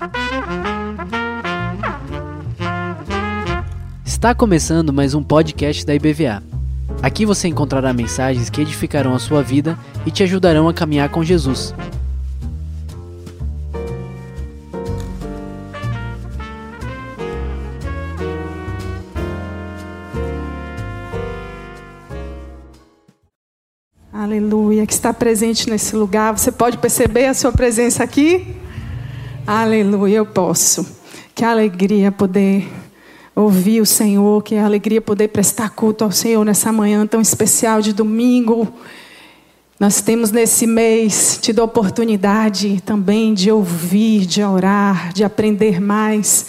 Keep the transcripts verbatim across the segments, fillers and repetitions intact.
Está começando mais um podcast da I B V A. Aqui você encontrará mensagens que edificarão a sua vida e te ajudarão a caminhar com Jesus. Aleluia, que está presente nesse lugar. Você pode perceber a sua presença aqui? Aleluia, eu posso. Que alegria poder ouvir o Senhor, que alegria poder prestar culto ao Senhor nessa manhã tão especial de domingo. Nós temos nesse mês tido a oportunidade também de ouvir, de orar, de aprender mais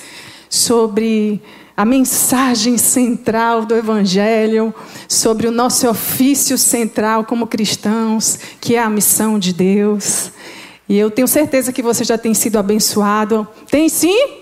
sobre a mensagem central do Evangelho, sobre o nosso ofício central como cristãos, que é a missão de Deus. E eu tenho certeza que você já tem sido abençoado. Tem sim?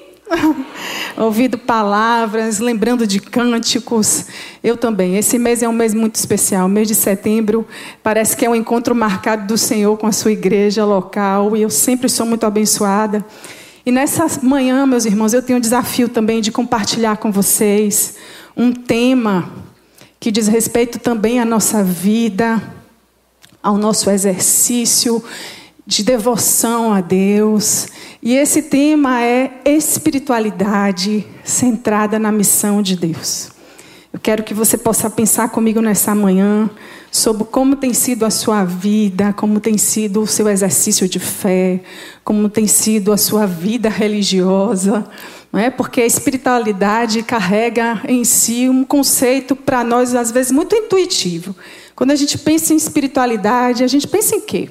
Ouvido palavras, lembrando de cânticos. Eu também. Esse mês é um mês muito especial. O mês de setembro parece que é um encontro marcado do Senhor com a sua igreja local. E eu sempre sou muito abençoada. E nessa manhã, meus irmãos, eu tenho o desafio também de compartilhar com vocês um tema que diz respeito também à nossa vida, ao nosso exercício de devoção a Deus. E esse tema é espiritualidade centrada na missão de Deus. Eu quero que você possa pensar comigo nessa manhã sobre como tem sido a sua vida, como tem sido o seu exercício de fé, como tem sido a sua vida religiosa, não é? Porque a espiritualidade carrega em si um conceito para nós, às vezes, muito intuitivo. Quando a gente pensa em espiritualidade, a gente pensa em quê?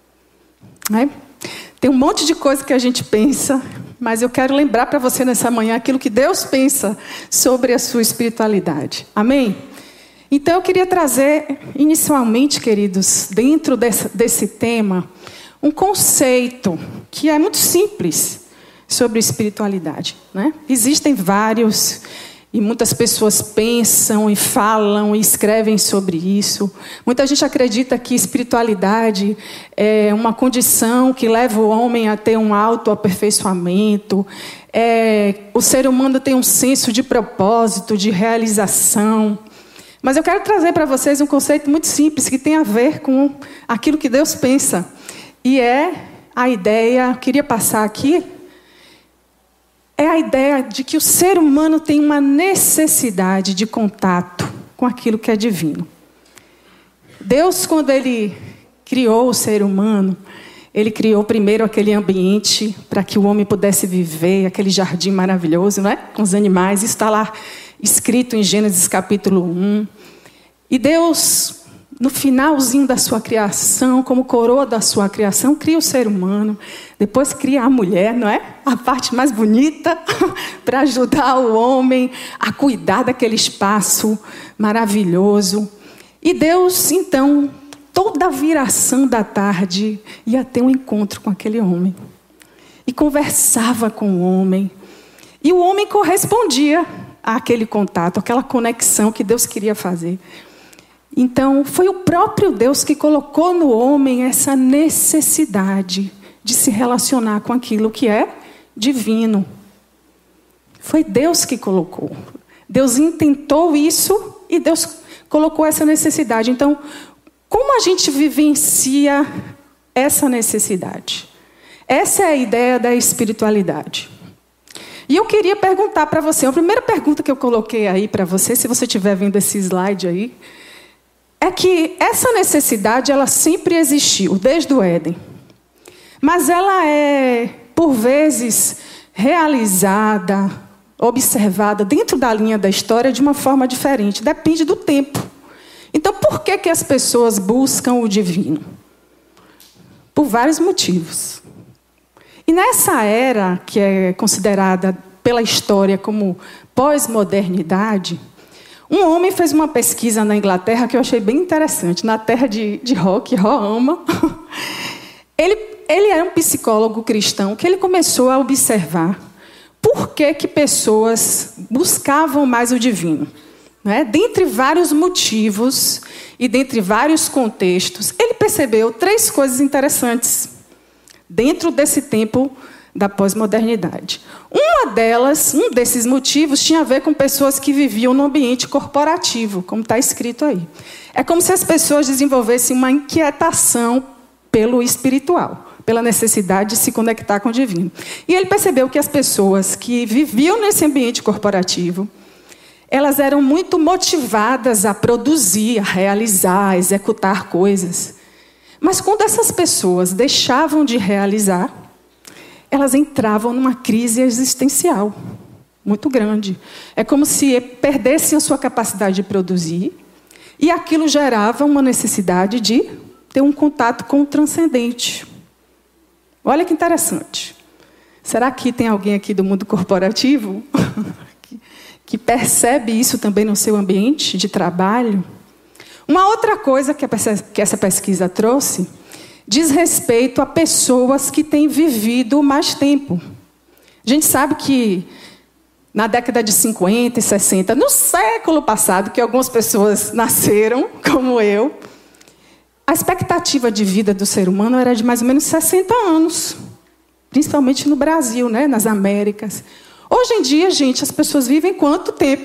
Não é? Tem um monte de coisa que a gente pensa, mas eu quero lembrar para você nessa manhã aquilo que Deus pensa sobre a sua espiritualidade. Amém? Então eu queria trazer, inicialmente, queridos, dentro desse, desse tema, um conceito que é muito simples sobre espiritualidade, né? Existem vários, e muitas pessoas pensam e falam e escrevem sobre isso. Muita gente acredita que espiritualidade é uma condição que leva o homem a ter um autoaperfeiçoamento. É, o ser humano tem um senso de propósito, de realização. Mas eu quero trazer para vocês um conceito muito simples que tem a ver com aquilo que Deus pensa. E é a ideia, eu queria passar aqui, é a ideia de que o ser humano tem uma necessidade de contato com aquilo que é divino. Deus, quando Ele criou o ser humano, Ele criou primeiro aquele ambiente para que o homem pudesse viver, aquele jardim maravilhoso, né? Com os animais. Isso está lá escrito em Gênesis capítulo um. E Deus, no finalzinho da sua criação, como coroa da sua criação, cria o ser humano. Depois cria a mulher, não é? A parte mais bonita, para ajudar o homem a cuidar daquele espaço maravilhoso. E Deus, então, toda a viração da tarde, ia ter um encontro com aquele homem. E conversava com o homem. E o homem correspondia àquele contato, àquela conexão que Deus queria fazer. Então, foi o próprio Deus que colocou no homem essa necessidade de se relacionar com aquilo que é divino. Foi Deus que colocou. Deus intentou isso e Deus colocou essa necessidade. Então, como a gente vivencia essa necessidade? Essa é a ideia da espiritualidade. E eu queria perguntar para você, a primeira pergunta que eu coloquei aí para você, se você estiver vendo esse slide aí, é que essa necessidade, ela sempre existiu, desde o Éden. Mas ela é, por vezes, realizada, observada dentro da linha da história de uma forma diferente. Depende do tempo. Então, por que que as pessoas buscam o divino? Por vários motivos. E nessa era, que é considerada pela história como pós-modernidade, um homem fez uma pesquisa na Inglaterra que eu achei bem interessante, na terra de, de Rock, Roama. Ele, ele era um psicólogo cristão que ele começou a observar por que que pessoas buscavam mais o divino. Né? Dentre vários motivos e dentre vários contextos, ele percebeu três coisas interessantes dentro desse tempo da pós-modernidade. Uma delas, um desses motivos, tinha a ver com pessoas que viviam no ambiente corporativo, como está escrito aí. É como se as pessoas desenvolvessem uma inquietação pelo espiritual, pela necessidade de se conectar com o divino. E ele percebeu que as pessoas que viviam nesse ambiente corporativo, elas eram muito motivadas a produzir, a realizar, a executar coisas. Mas quando essas pessoas deixavam de realizar, elas entravam numa crise existencial muito grande. É como se perdessem a sua capacidade de produzir e aquilo gerava uma necessidade de ter um contato com o transcendente. Olha que interessante. Será que tem alguém aqui do mundo corporativo que percebe isso também no seu ambiente de trabalho? Uma outra coisa que essa pesquisa trouxe diz respeito a pessoas que têm vivido mais tempo. A gente sabe que na década de cinquenta e sessenta, no século passado, que algumas pessoas nasceram, como eu, a expectativa de vida do ser humano era de mais ou menos sessenta anos. Principalmente no Brasil, né? Nas Américas. Hoje em dia, gente, as pessoas vivem quanto tempo?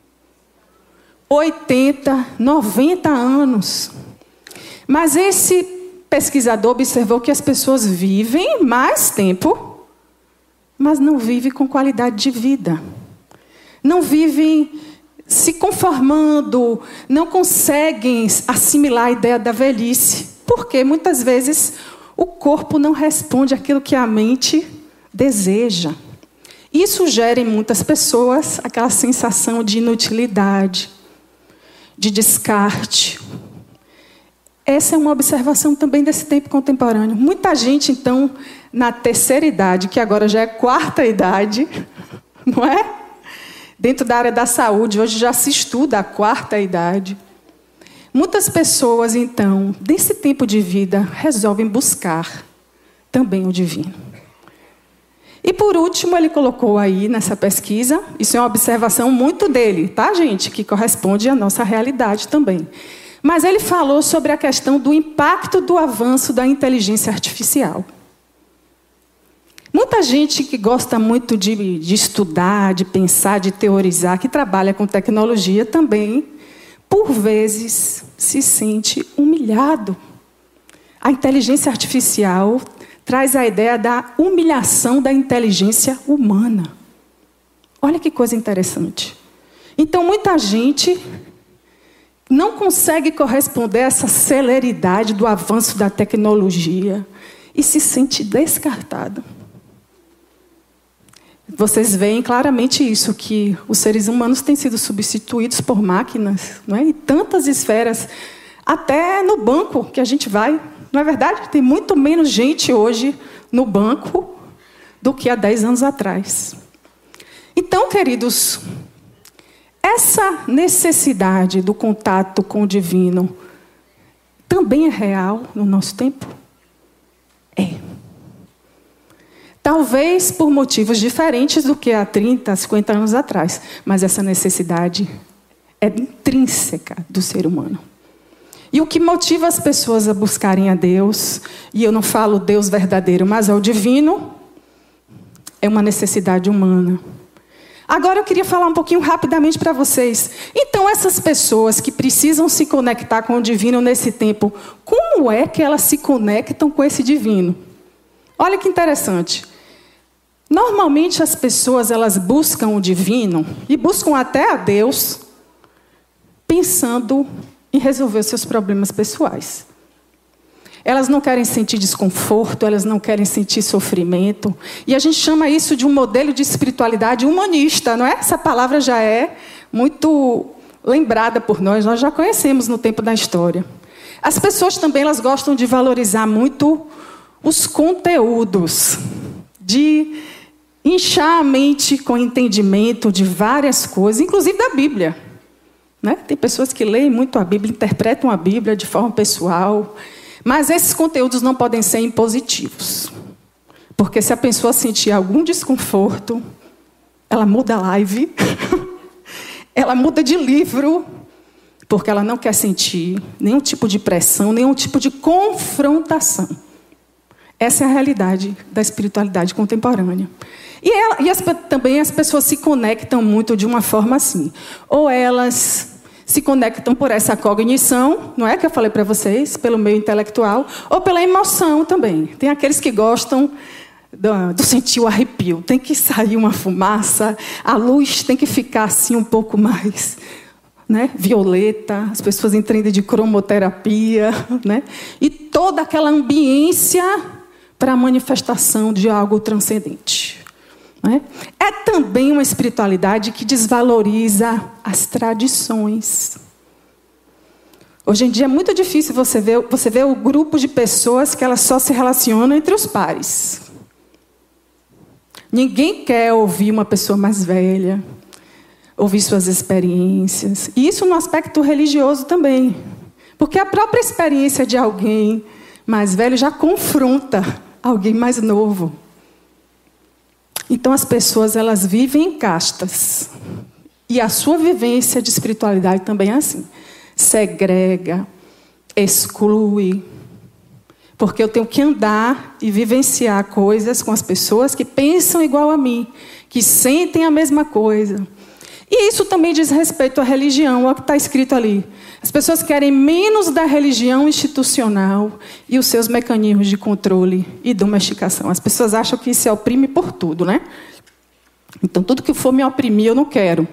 oitenta, noventa anos. Mas esse pesquisador observou que as pessoas vivem mais tempo, mas não vivem com qualidade de vida. Não vivem se conformando, não conseguem assimilar a ideia da velhice. Porque muitas vezes o corpo não responde àquilo que a mente deseja. Isso gera em muitas pessoas aquela sensação de inutilidade, de descarte. Essa é uma observação também desse tempo contemporâneo. Muita gente, então, na terceira idade, que agora já é quarta idade, não é? Dentro da área da saúde, hoje já se estuda a quarta idade. Muitas pessoas, então, desse tempo de vida, resolvem buscar também o divino. E, por último, ele colocou aí nessa pesquisa, isso é uma observação muito dele, tá, gente? Que corresponde à nossa realidade também. Mas ele falou sobre a questão do impacto do avanço da inteligência artificial. Muita gente que gosta muito de, de estudar, de pensar, de teorizar, que trabalha com tecnologia também, por vezes, se sente humilhado. A inteligência artificial traz a ideia da humilhação da inteligência humana. Olha que coisa interessante. Então, muita gente não consegue corresponder a essa celeridade do avanço da tecnologia e se sente descartado. Vocês veem claramente isso, que os seres humanos têm sido substituídos por máquinas, não é? Em tantas esferas, até no banco que a gente vai. Não é verdade? Tem muito menos gente hoje no banco do que há dez anos atrás. Então, queridos, essa necessidade do contato com o divino também é real no nosso tempo? É. Talvez por motivos diferentes do que há trinta, cinquenta anos atrás, mas essa necessidade é intrínseca do ser humano. E o que motiva as pessoas a buscarem a Deus, e eu não falo Deus verdadeiro, mas ao divino, é uma necessidade humana. Agora eu queria falar um pouquinho rapidamente para vocês. Então, essas pessoas que precisam se conectar com o divino nesse tempo, como é que elas se conectam com esse divino? Olha que interessante. Normalmente as pessoas elas buscam o divino e buscam até a Deus pensando em resolver os seus problemas pessoais. Elas não querem sentir desconforto, elas não querem sentir sofrimento. E a gente chama isso de um modelo de espiritualidade humanista, não é? Essa palavra já é muito lembrada por nós, nós já conhecemos no tempo da história. As pessoas também elas gostam de valorizar muito os conteúdos, de inchar a mente com entendimento de várias coisas, inclusive da Bíblia. Né? Tem pessoas que leem muito a Bíblia, interpretam a Bíblia de forma pessoal, mas esses conteúdos não podem ser impositivos. Porque se a pessoa sentir algum desconforto, ela muda a live, ela muda de livro, porque ela não quer sentir nenhum tipo de pressão, nenhum tipo de confrontação. Essa é a realidade da espiritualidade contemporânea. E, ela, e as, também as pessoas se conectam muito de uma forma assim. Ou elas se conectam por essa cognição, não é que eu falei para vocês, pelo meio intelectual, ou pela emoção também. Tem aqueles que gostam do, do sentir o arrepio. Tem que sair uma fumaça, a luz tem que ficar assim um pouco mais, né, violeta, as pessoas entendem de cromoterapia, né, e toda aquela ambiência para a manifestação de algo transcendente. Né? É também uma espiritualidade que desvaloriza as tradições. Hoje em dia é muito difícil você ver, você ver o grupo de pessoas que elas só se relacionam entre os pares. Ninguém quer ouvir uma pessoa mais velha, ouvir suas experiências. E isso no aspecto religioso também. Porque a própria experiência de alguém mais velho já confronta alguém mais novo. Então as pessoas elas vivem em castas. E a sua vivência de espiritualidade também é assim. Segrega, exclui. Porque eu tenho que andar e vivenciar coisas com as pessoas que pensam igual a mim, que sentem a mesma coisa. E isso também diz respeito à religião, olha o que está escrito ali. As pessoas querem menos da religião institucional e os seus mecanismos de controle e domesticação. As pessoas acham que se oprime por tudo, né? Então, tudo que for me oprimir, eu não quero.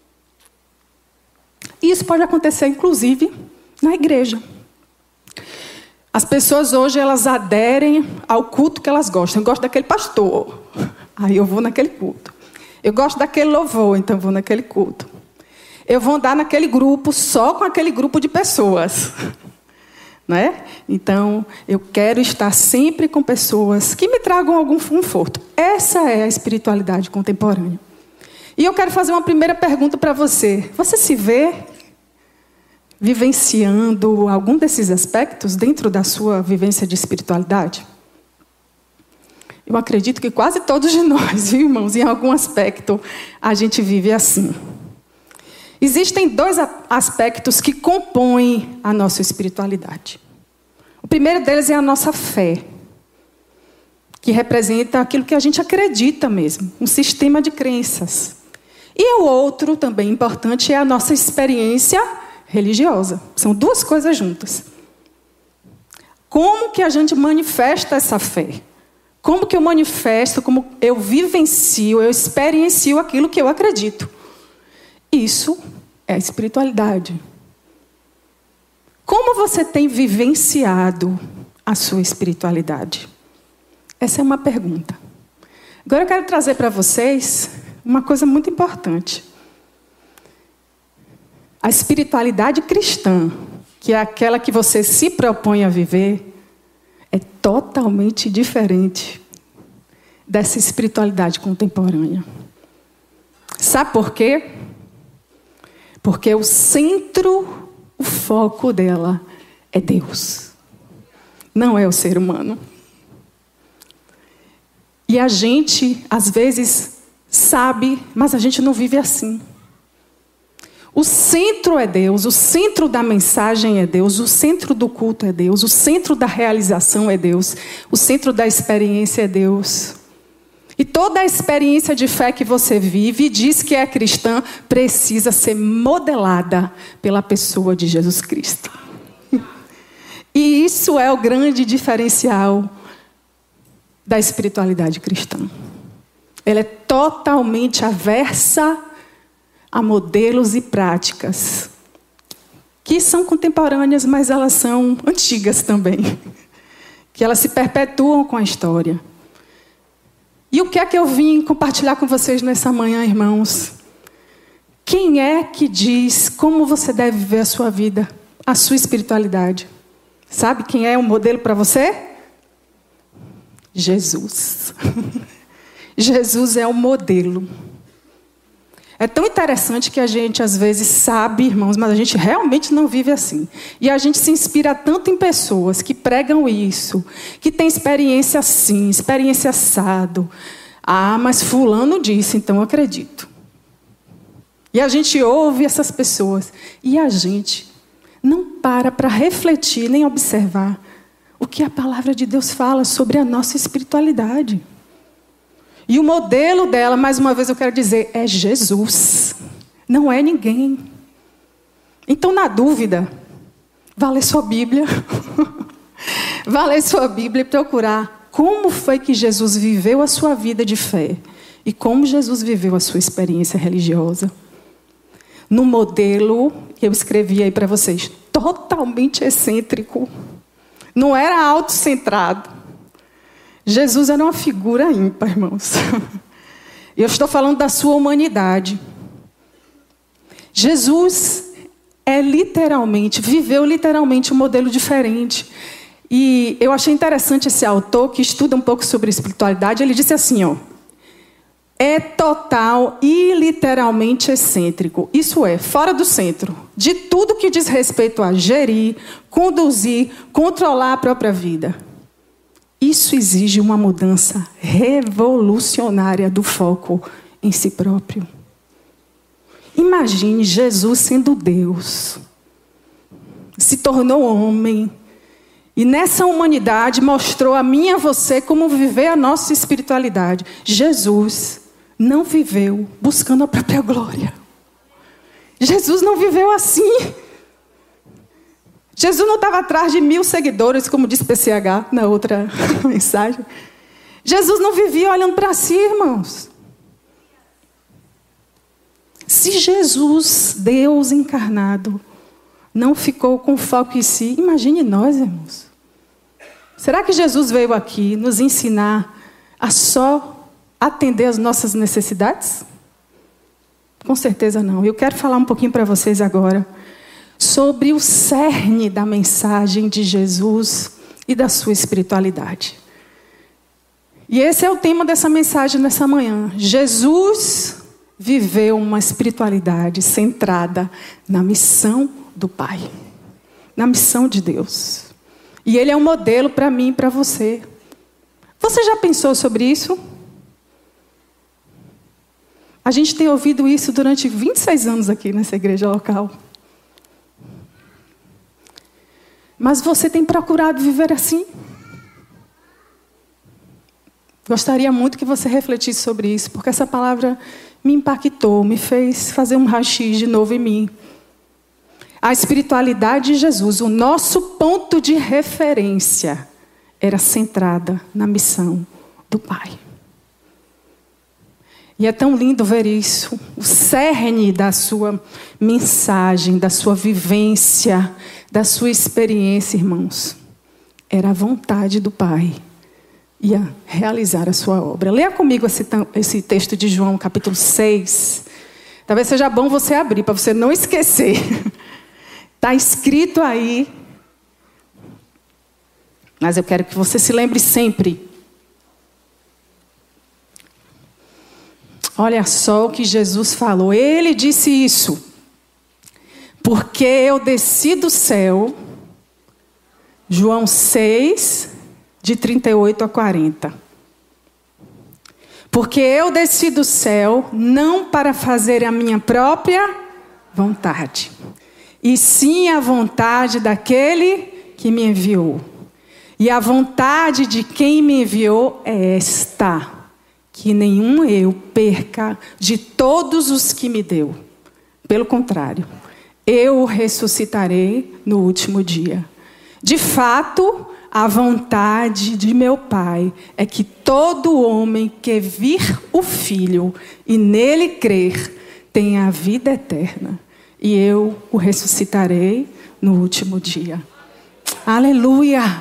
E isso pode acontecer, inclusive, na igreja. As pessoas hoje, elas aderem ao culto que elas gostam. Eu gosto daquele pastor, aí eu vou naquele culto. Eu gosto daquele louvor, então eu vou naquele culto. Eu vou andar naquele grupo, só com aquele grupo de pessoas. Né? Então, eu quero estar sempre com pessoas que me tragam algum conforto. Essa é a espiritualidade contemporânea. E eu quero fazer uma primeira pergunta para você. Você se vê vivenciando algum desses aspectos dentro da sua vivência de espiritualidade? Eu acredito que quase todos de nós, viu, irmãos, em algum aspecto, a gente vive assim. Existem dois aspectos que compõem a nossa espiritualidade. O primeiro deles é a nossa fé, que representa aquilo que a gente acredita mesmo, um sistema de crenças. E o outro, também importante, é a nossa experiência religiosa. São duas coisas juntas. Como que a gente manifesta essa fé? Como que eu manifesto, como eu vivencio, eu experiencio aquilo que eu acredito? Isso é a espiritualidade. Como você tem vivenciado a sua espiritualidade? Essa é uma pergunta. Agora eu quero trazer para vocês uma coisa muito importante. A espiritualidade cristã, que é aquela que você se propõe a viver, é totalmente diferente dessa espiritualidade contemporânea. Sabe por quê? Porque o centro, o foco dela é Deus. Não é o ser humano. E a gente, às vezes, sabe, mas a gente não vive assim. O centro é Deus, o centro da mensagem é Deus, o centro do culto é Deus, o centro da realização é Deus, o centro da experiência é Deus. E toda a experiência de fé que você vive, diz que é cristã, precisa ser modelada pela pessoa de Jesus Cristo. E isso é o grande diferencial da espiritualidade cristã. Ela é totalmente aversa a modelos e práticas que são contemporâneas, mas elas são antigas também, que elas se perpetuam com a história. E o que é que eu vim compartilhar com vocês nessa manhã, irmãos? Quem é que diz como você deve viver a sua vida, a sua espiritualidade? Sabe quem é o modelo para você? Jesus. Jesus é o modelo. É tão interessante que a gente, às vezes, sabe, irmãos, mas a gente realmente não vive assim. E a gente se inspira tanto em pessoas que pregam isso, que têm experiência assim, experiência assado. Ah, mas fulano disse, então eu acredito. E a gente ouve essas pessoas. E a gente não para para refletir, nem observar o o que a palavra de Deus fala sobre a nossa espiritualidade. E o modelo dela, mais uma vez eu quero dizer, é Jesus. Não é ninguém. Então, na dúvida, vá ler sua Bíblia. Vá ler sua Bíblia e procurar como foi que Jesus viveu a sua vida de fé. E como Jesus viveu a sua experiência religiosa. No modelo que eu escrevi aí para vocês. Totalmente excêntrico. Não era autocentrado. Jesus era uma figura ímpar, irmãos. Eu estou falando da sua humanidade. Jesus é literalmente, viveu literalmente um modelo diferente. E eu achei interessante esse autor que estuda um pouco sobre espiritualidade. Ele disse assim, ó. É total e literalmente excêntrico. Isso é, fora do centro. De tudo que diz respeito a gerir, conduzir, controlar a própria vida. Isso exige uma mudança revolucionária do foco em si próprio. Imagine Jesus sendo Deus. Se tornou homem. E nessa humanidade mostrou a mim e a você como viver a nossa espiritualidade. Jesus não viveu buscando a própria glória. Jesus não viveu assim. Jesus não estava atrás de mil seguidores, como disse P C H na outra mensagem. Jesus não vivia olhando para si, irmãos. Se Jesus, Deus encarnado, não ficou com foco em si, imagine nós, irmãos. Será que Jesus veio aqui nos ensinar a só atender às nossas necessidades? Com certeza não. Eu quero falar um pouquinho para vocês agora sobre o cerne da mensagem de Jesus e da sua espiritualidade. E esse é o tema dessa mensagem nessa manhã. Jesus viveu uma espiritualidade centrada na missão do Pai, na missão de Deus. E Ele é um modelo para mim e para você. Você já pensou sobre isso? A gente tem ouvido isso durante vinte e seis anos aqui nessa igreja local. Mas você tem procurado viver assim? Gostaria muito que você refletisse sobre isso, porque essa palavra me impactou, me fez fazer um raio-x de novo em mim. A espiritualidade de Jesus, o nosso ponto de referência, era centrada na missão do Pai. E é tão lindo ver isso, o cerne da sua mensagem, da sua vivência, da sua experiência, irmãos, era a vontade do Pai, ia realizar a sua obra. Leia comigo esse, esse texto de João, capítulo seis. Talvez seja bom você abrir, para você não esquecer. Está escrito aí, mas eu quero que você se lembre sempre. Olha só o que Jesus falou. Ele disse isso. Porque eu desci do céu. João seis, de trinta e oito a quarenta. Porque eu desci do céu, não para fazer a minha própria vontade, e sim a vontade daquele que me enviou. E a vontade de quem me enviou é esta: que nenhum eu perca de todos os que me deu. Pelo contrário, eu o ressuscitarei no último dia. De fato, a vontade de meu Pai é que todo homem que vir o Filho e nele crer tenha a vida eterna. E eu o ressuscitarei no último dia. Aleluia!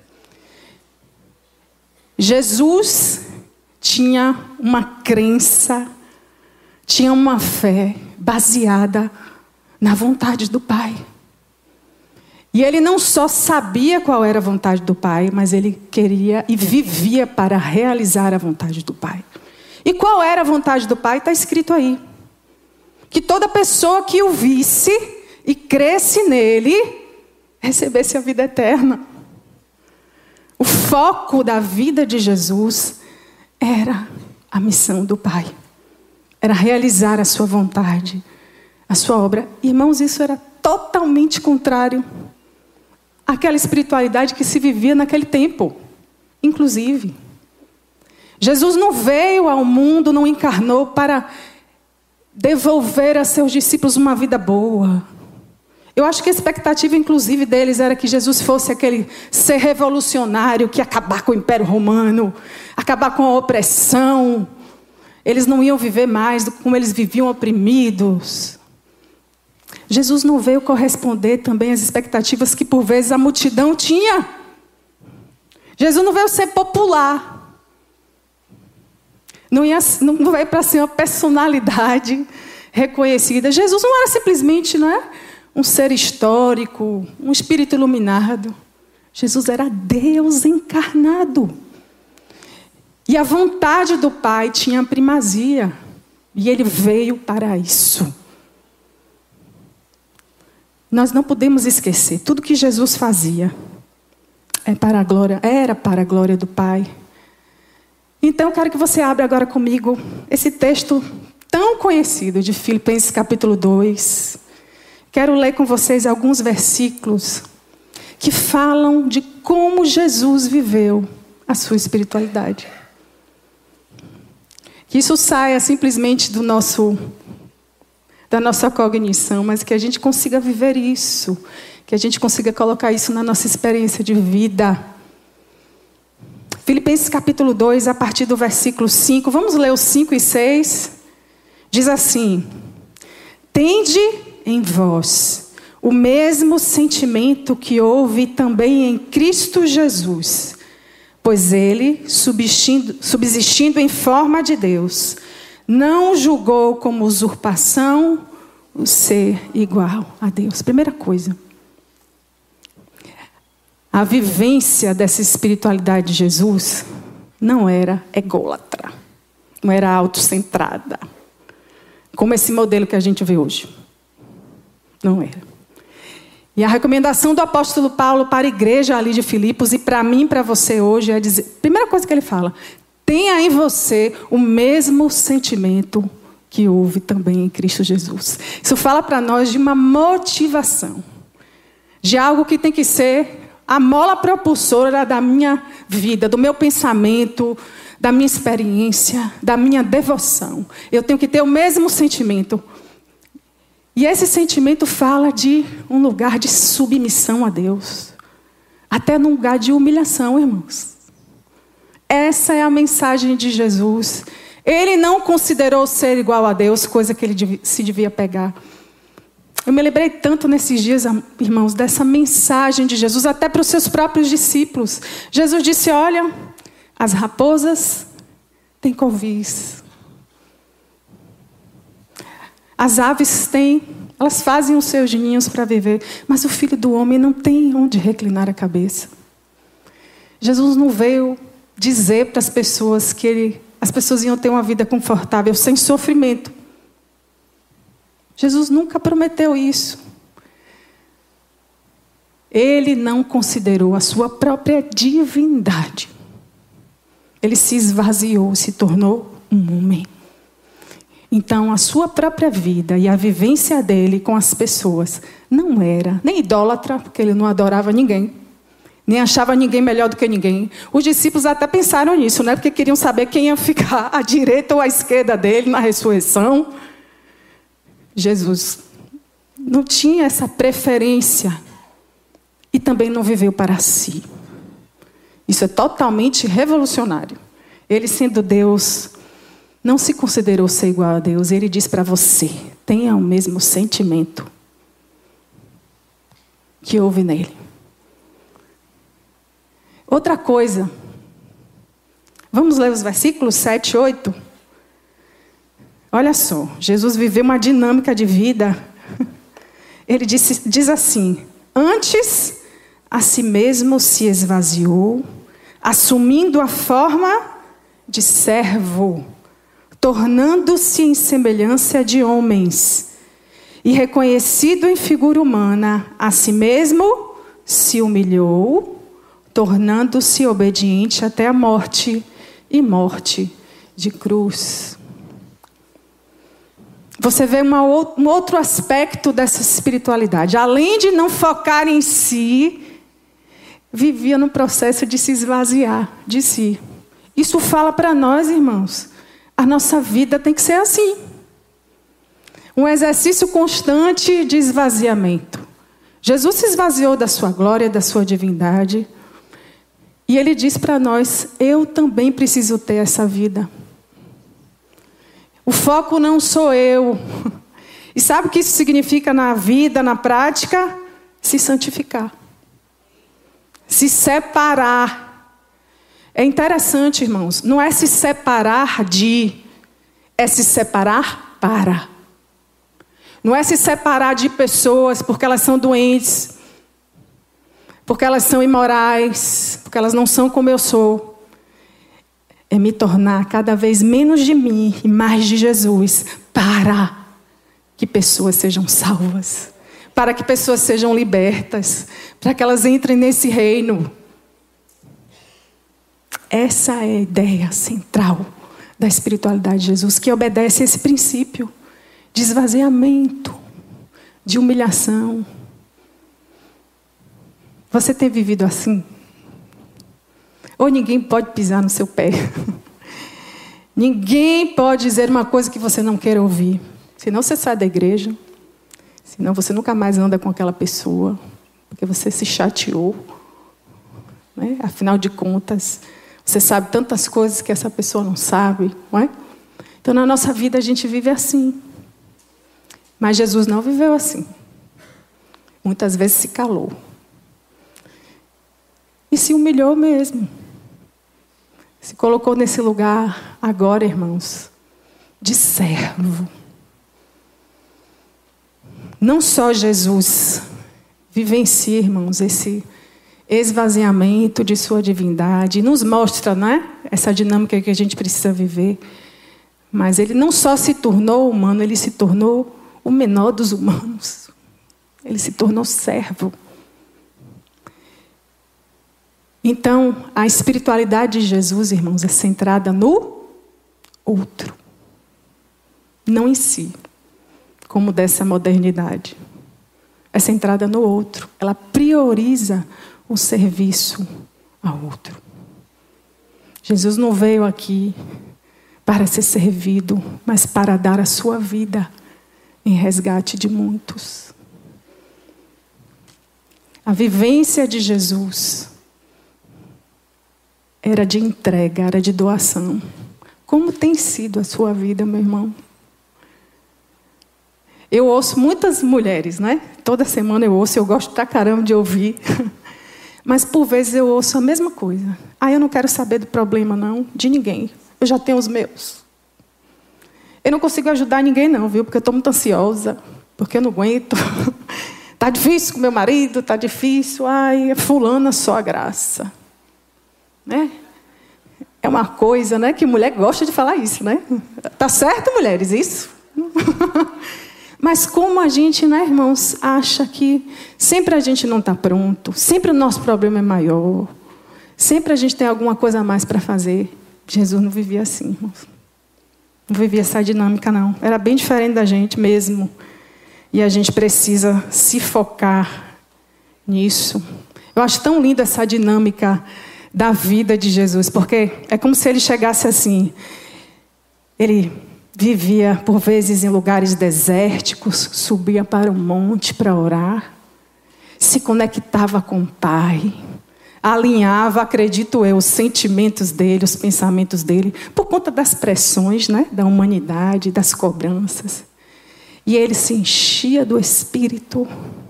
Jesus tinha uma crença, tinha uma fé baseada na vontade do Pai. E ele não só sabia qual era a vontade do Pai, mas ele queria e vivia para realizar a vontade do Pai. E qual era a vontade do Pai? Está escrito aí. Que toda pessoa que o visse e cresce nele, recebesse a vida eterna. O foco da vida de Jesus era a missão do Pai. Era realizar a sua vontade, a sua obra. Irmãos, isso era totalmente contrário aquela espiritualidade que se vivia naquele tempo, inclusive. Jesus não veio ao mundo, não encarnou para devolver a seus discípulos uma vida boa. Eu acho que a expectativa, inclusive, deles era que Jesus fosse aquele ser revolucionário que ia acabar com o Império Romano, acabar com a opressão. Eles não iam viver mais como eles viviam, oprimidos. Jesus não veio corresponder também às expectativas que, por vezes, a multidão tinha. Jesus não veio ser popular. Não, ia, não veio para ser uma personalidade reconhecida. Jesus não era simplesmente, não é, um ser histórico, um espírito iluminado. Jesus era Deus encarnado. E a vontade do Pai tinha primazia. E Ele veio para isso. Nós não podemos esquecer, tudo que Jesus fazia é para a glória, era para a glória do Pai. Então, eu quero que você abra agora comigo esse texto tão conhecido de Filipenses capítulo dois. Quero ler com vocês alguns versículos que falam de como Jesus viveu a sua espiritualidade. Que isso saia simplesmente do nosso... da nossa cognição, mas que a gente consiga viver isso, que a gente consiga colocar isso na nossa experiência de vida. Filipenses capítulo dois, a partir do versículo cinco, vamos ler os cinco e seis. Diz assim: tende em vós o mesmo sentimento que houve também em Cristo Jesus, pois ele, subsistindo, subsistindo em forma de Deus, não julgou como usurpação o ser igual a Deus. Primeira coisa, a vivência dessa espiritualidade de Jesus não era ególatra, não era autocentrada, como esse modelo que a gente vê hoje. Não era. E a recomendação do apóstolo Paulo para a igreja ali de Filipos e para mim e para você hoje é dizer, primeira coisa que ele fala: tenha em você o mesmo sentimento que houve também em Cristo Jesus. Isso fala para nós de uma motivação, de algo que tem que ser a mola propulsora da minha vida, do meu pensamento, da minha experiência, da minha devoção. Eu tenho que ter o mesmo sentimento. E esse sentimento fala de um lugar de submissão a Deus, até num lugar de humilhação, irmãos. Essa é a mensagem de Jesus. Ele não considerou ser igual a Deus, coisa que ele se devia pegar. Eu me lembrei tanto nesses dias, irmãos, dessa mensagem de Jesus, até para os seus próprios discípulos. Jesus disse: olha, as raposas têm covis. As aves têm, elas fazem os seus ninhos para viver, mas o Filho do Homem não tem onde reclinar a cabeça. Jesus não veio dizer para as pessoas que ele, as pessoas iam ter uma vida confortável, sem sofrimento. Jesus nunca prometeu isso. Ele não considerou a sua própria divindade. Ele se esvaziou, se tornou um homem. Então, a sua própria vida e a vivência dele com as pessoas não era nem idólatra, porque ele não adorava ninguém, nem achava ninguém melhor do que ninguém. Os discípulos até pensaram nisso, né? Porque queriam saber quem ia ficar à direita ou à esquerda dele na ressurreição. Jesus não tinha essa preferência e também não viveu para si. Isso é totalmente revolucionário. Ele, sendo Deus, não se considerou ser igual a Deus. Ele diz para você: tenha o mesmo sentimento que houve nele. Outra coisa, vamos ler os versículos sete e oito. Olha só, Jesus viveu uma dinâmica de vida. Ele disse, diz assim: antes a si mesmo se esvaziou, assumindo a forma de servo, tornando-se em semelhança de homens, e reconhecido em figura humana, a si mesmo se humilhou, tornando-se obediente até a morte, e morte de cruz. Você vê uma, um outro aspecto dessa espiritualidade. Além de não focar em si, vivia no processo de se esvaziar de si. Isso fala para nós, irmãos, a nossa vida tem que ser assim. Um exercício constante de esvaziamento. Jesus se esvaziou da sua glória, da sua divindade. E ele diz para nós, eu também preciso ter essa vida. O foco não sou eu. E sabe o que isso significa na vida, na prática? Se santificar. Se separar. É interessante, irmãos. Não é se separar de, é se separar para. Não é se separar de pessoas porque elas são doentes, porque elas são imorais, porque elas não são como eu sou. É me tornar cada vez menos de mim e mais de Jesus, para que pessoas sejam salvas, para que pessoas sejam libertas, para que elas entrem nesse reino. Essa é a ideia central da espiritualidade de Jesus, que obedece a esse princípio de esvaziamento, de humilhação. Você tem vivido assim? Ou ninguém pode pisar no seu pé? Ninguém pode dizer uma coisa que você não queira ouvir. Senão você sai da igreja. Senão você nunca mais anda com aquela pessoa. Porque você se chateou. Né? Afinal de contas, você sabe tantas coisas que essa pessoa não sabe. Não é? Então, na nossa vida, a gente vive assim. Mas Jesus não viveu assim. Muitas vezes se calou. E se humilhou mesmo. Se colocou nesse lugar agora, irmãos, de servo. Não só Jesus vivencia, irmãos, esse esvaziamento de sua divindade. Nos mostra, não é? Essa dinâmica que a gente precisa viver. Mas ele não só se tornou humano, ele se tornou o menor dos humanos. Ele se tornou servo. Então, a espiritualidade de Jesus, irmãos, é centrada no outro. Não em si, como dessa modernidade. É centrada no outro. Ela prioriza o serviço ao outro. Jesus não veio aqui para ser servido, mas para dar a sua vida em resgate de muitos. A vivência de Jesus era de entrega, era de doação. Como tem sido a sua vida, meu irmão? Eu ouço muitas mulheres, né? Toda semana eu ouço, eu gosto pra caramba de ouvir. Mas por vezes eu ouço a mesma coisa. Ah, eu não quero saber do problema, não, de ninguém. Eu já tenho os meus. Eu não consigo ajudar ninguém, não, viu? Porque eu estou muito ansiosa, porque eu não aguento. Está difícil com meu marido, está difícil. Ai, é fulana só a graça. Né? É uma coisa, né, que mulher gosta de falar isso, né? Tá certo, mulheres, isso? Mas como a gente, né, irmãos, acha que sempre a gente não está pronto, sempre o nosso problema é maior, sempre a gente tem alguma coisa a mais para fazer. Jesus não vivia assim, irmãos. Não vivia essa dinâmica, não. Era bem diferente da gente mesmo. E a gente precisa se focar nisso. Eu acho tão linda essa dinâmica da vida de Jesus, porque é como se ele chegasse assim. Ele vivia, por vezes, em lugares desérticos, subia para um monte para orar, se conectava com o Pai, alinhava, acredito eu, os sentimentos dele, os pensamentos dele, por conta das pressões, né, da humanidade, das cobranças. E ele se enchia do Espírito,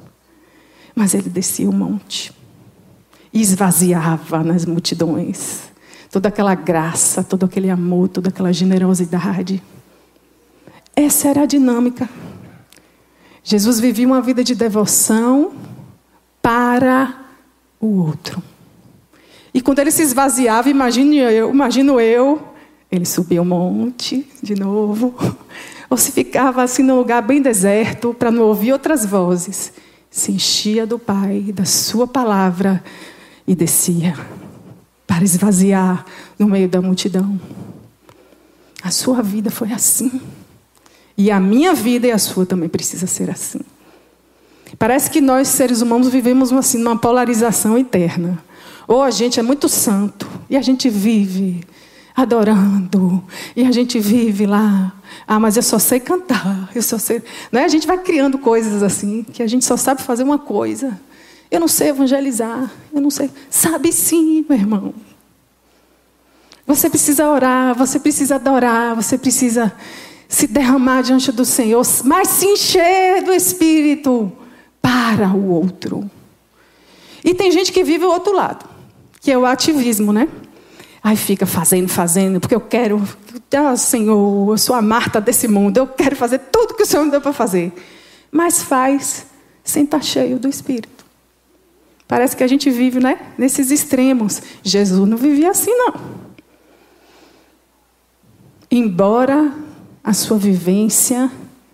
mas ele descia o monte e esvaziava nas multidões toda aquela graça, todo aquele amor, toda aquela generosidade. Essa era a dinâmica. Jesus vivia uma vida de devoção para o outro. E quando ele se esvaziava, imagino eu, imagino eu, ele subia o monte de novo, ou se ficava assim num lugar bem deserto, para não ouvir outras vozes. Se enchia do Pai, da sua palavra, e descia para esvaziar no meio da multidão. A sua vida foi assim. E a minha vida e a sua também precisa ser assim. Parece que nós, seres humanos, vivemos assim, numa polarização interna. Ou a gente é muito santo e a gente vive adorando, e a gente vive lá, ah, mas eu só sei cantar, eu só sei, né? A gente vai criando coisas assim, que a gente só sabe fazer uma coisa. Eu não sei evangelizar, eu não sei. Sabe sim, meu irmão. Você precisa orar, você precisa adorar, você precisa se derramar diante do Senhor, mas se encher do Espírito para o outro. E tem gente que vive o outro lado, que é o ativismo, né? Aí fica fazendo, fazendo, porque eu quero, ah, Senhor, eu sou a Marta desse mundo, eu quero fazer tudo que o Senhor me deu para fazer. Mas faz sem estar cheio do Espírito. Parece que a gente vive, né, nesses extremos. Jesus não vivia assim, não. Embora a sua vivência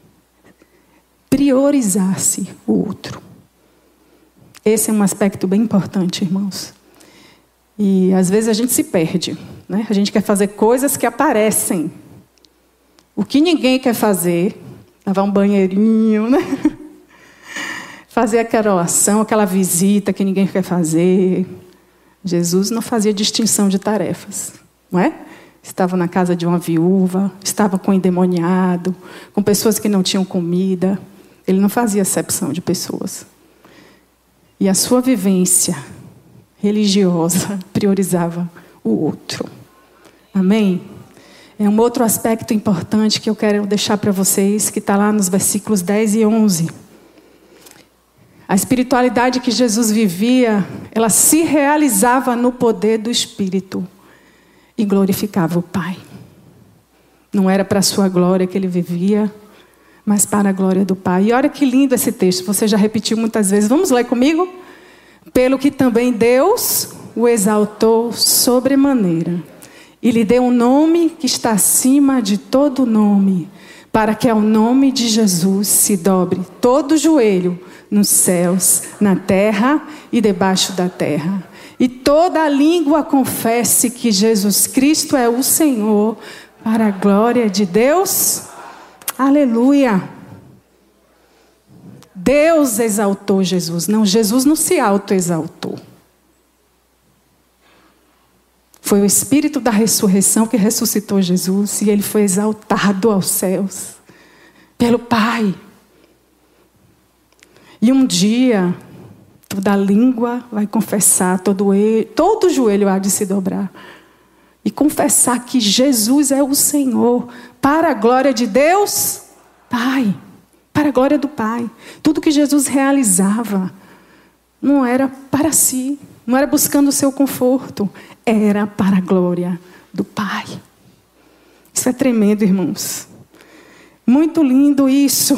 priorizasse o outro. Esse é um aspecto bem importante, irmãos. E às vezes a gente se perde, né? A gente quer fazer coisas que aparecem. O que ninguém quer fazer, lavar um banheirinho, né? Fazer aquela oração, aquela visita que ninguém quer fazer. Jesus não fazia distinção de tarefas, não é? Estava na casa de uma viúva, estava com um endemoniado, com pessoas que não tinham comida. Ele não fazia acepção de pessoas. E a sua vivência religiosa priorizava o outro. Amém? É um outro aspecto importante que eu quero deixar para vocês, que está lá nos versículos dez e onze. A espiritualidade que Jesus vivia, ela se realizava no poder do Espírito e glorificava o Pai. Não era para a sua glória que ele vivia, mas para a glória do Pai. E olha que lindo esse texto, você já repetiu muitas vezes. Vamos ler comigo? Pelo que também Deus o exaltou sobremaneira e lhe deu um nome que está acima de todo nome, para que ao nome de Jesus se dobre todo o joelho nos céus, na terra e debaixo da terra, e toda a língua confesse que Jesus Cristo é o Senhor, para a glória de Deus. Aleluia! Deus exaltou Jesus. Não, Jesus não se autoexaltou. Foi o Espírito da ressurreição que ressuscitou Jesus, e ele foi exaltado aos céus pelo Pai. E um dia, toda língua vai confessar, todo, todo joelho há de se dobrar. E confessar que Jesus é o Senhor, para a glória de Deus, Pai. Para a glória do Pai. Tudo que Jesus realizava não era para si, não era buscando o seu conforto, era para a glória do Pai. Isso é tremendo, irmãos. Muito lindo isso.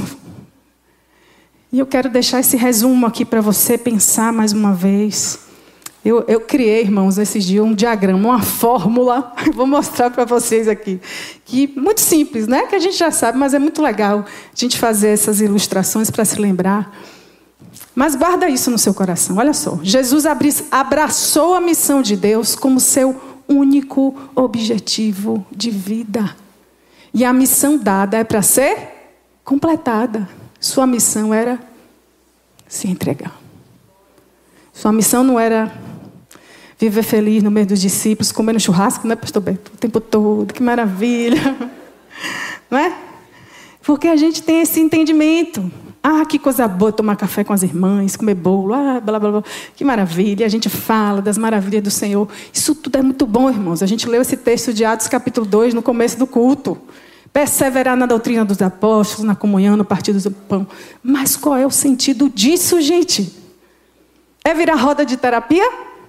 E eu quero deixar esse resumo aqui para você pensar mais uma vez. Eu, eu criei, irmãos, esses dias um diagrama, uma fórmula. Vou mostrar para vocês aqui. Que muito simples, né? Que a gente já sabe, mas é muito legal a gente fazer essas ilustrações para se lembrar. Mas guarda isso no seu coração. Olha só. Jesus abraçou a missão de Deus como seu único objetivo de vida. E a missão dada é para ser completada. Sua missão era se entregar. Sua missão não era viver feliz no meio dos discípulos, comendo churrasco, né, pastor Beto? O tempo todo, que maravilha. Não é? Porque a gente tem esse entendimento. Ah, que coisa boa tomar café com as irmãs, comer bolo, ah, blá, blá, blá. Que maravilha. E a gente fala das maravilhas do Senhor. Isso tudo é muito bom, irmãos. A gente leu esse texto de Atos capítulo dois no começo do culto. Perseverar na doutrina dos apóstolos, na comunhão, no partido do pão. Mas qual é o sentido disso, gente? É virar roda de terapia?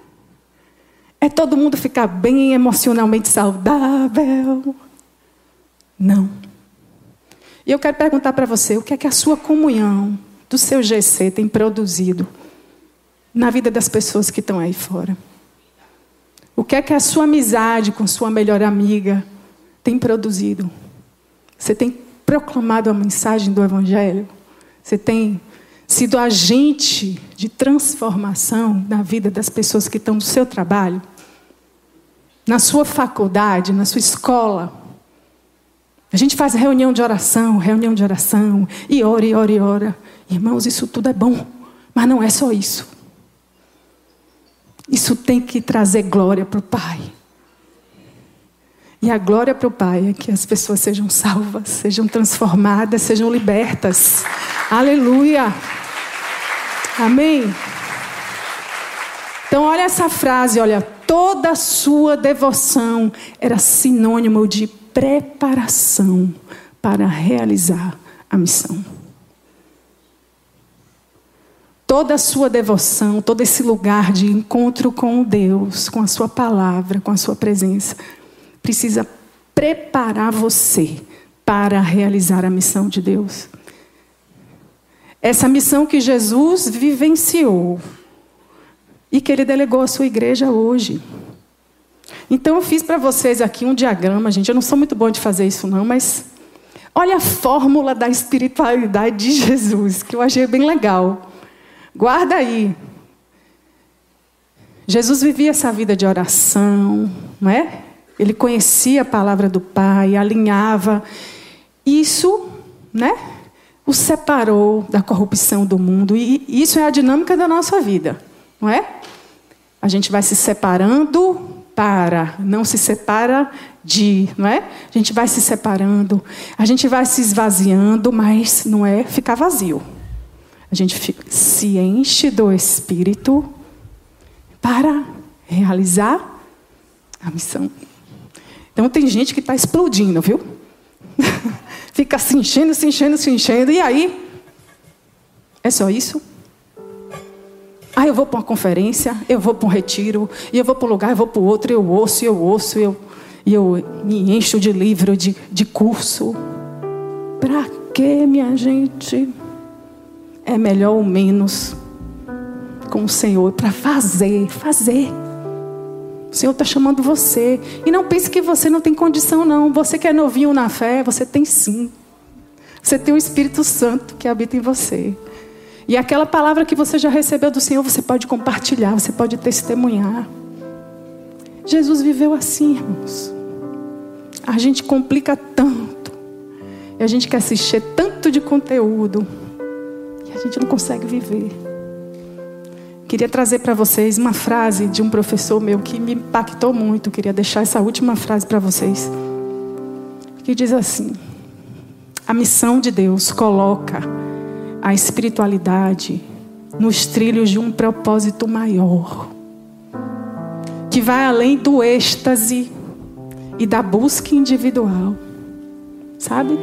É todo mundo ficar bem emocionalmente saudável? Não. E eu quero perguntar para você, o que é que a sua comunhão do seu G C tem produzido na vida das pessoas que estão aí fora? O que é que a sua amizade com sua melhor amiga tem produzido? Você tem proclamado a mensagem do Evangelho? Você tem sido agente de transformação na vida das pessoas que estão no seu trabalho? Na sua faculdade, na sua escola? A gente faz reunião de oração, reunião de oração, e ora, e ora, e ora. Irmãos, isso tudo é bom, mas não é só isso. Isso tem que trazer glória para o Pai. E a glória para o Pai é que as pessoas sejam salvas, sejam transformadas, sejam libertas. Aleluia! Amém? Então olha essa frase, olha. Toda a sua devoção era sinônimo de preparação para realizar a missão. Toda a sua devoção, todo esse lugar de encontro com Deus, com a sua palavra, com a sua presença, precisa preparar você para realizar a missão de Deus. Essa missão que Jesus vivenciou e que Ele delegou à sua igreja hoje. Então eu fiz para vocês aqui um diagrama, gente. Eu não sou muito boa de fazer isso não, mas olha a fórmula da espiritualidade de Jesus, que eu achei bem legal. Guarda aí. Jesus vivia essa vida de oração, não é? Ele conhecia a palavra do Pai, alinhava. Isso, né, o separou da corrupção do mundo. E isso é a dinâmica da nossa vida, não é? A gente vai se separando para, não se separa de, não é? A gente vai se separando, a gente vai se esvaziando, mas não é ficar vazio. A gente fica, se enche do Espírito para realizar a missão. Então tem gente que está explodindo, viu? Fica se enchendo, se enchendo, se enchendo. E aí? É só isso? Ah, eu vou para uma conferência, eu vou para um retiro, e eu vou para um lugar, eu vou para o outro, eu ouço, eu ouço, eu, e eu me encho de livro, de, de curso. Para quê, minha gente? É melhor ou menos com o Senhor para fazer, fazer. O Senhor está chamando você. E não pense que você não tem condição, não. Você que é novinho na fé, você tem sim. Você tem o Espírito Santo que habita em você. E aquela palavra que você já recebeu do Senhor, você pode compartilhar, você pode testemunhar. Jesus viveu assim, irmãos. A gente complica tanto. E a gente quer assistir tanto de conteúdo. E a gente não consegue viver. Queria trazer para vocês uma frase de um professor meu que me impactou muito. Queria deixar essa última frase para vocês. Que diz assim: a missão de Deus coloca a espiritualidade nos trilhos de um propósito maior, que vai além do êxtase e da busca individual, sabe?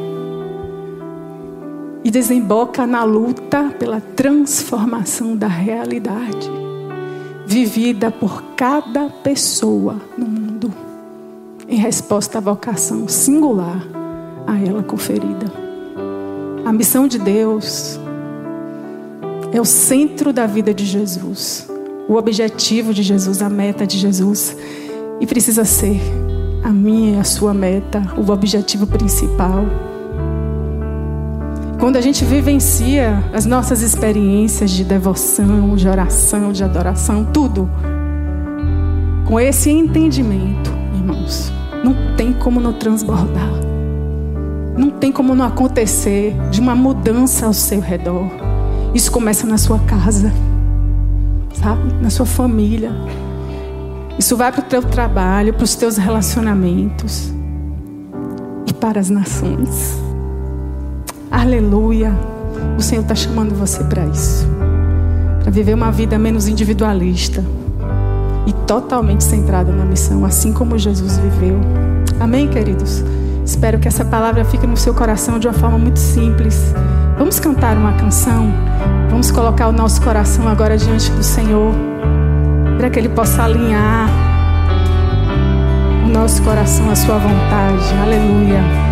E desemboca na luta pela transformação da realidade vivida por cada pessoa no mundo, em resposta à vocação singular a ela conferida. A missão de Deus é o centro da vida de Jesus, o objetivo de Jesus, a meta de Jesus, e precisa ser a minha e a sua meta, o objetivo principal. Quando a gente vivencia as nossas experiências de devoção, de oração, de adoração, tudo com esse entendimento, irmãos, não tem como não transbordar. Não tem como não acontecer de uma mudança ao seu redor. Isso começa na sua casa, sabe? Na sua família. Isso vai para o teu trabalho, para os teus relacionamentos e para as nações. Aleluia. O Senhor está chamando você para isso. Para viver uma vida menos individualista e totalmente centrada na missão, assim como Jesus viveu. Amém, queridos? Espero que essa palavra fique no seu coração de uma forma muito simples. Vamos cantar uma canção. Vamos colocar o nosso coração agora diante do Senhor, para que Ele possa alinhar o nosso coração à sua vontade. Aleluia.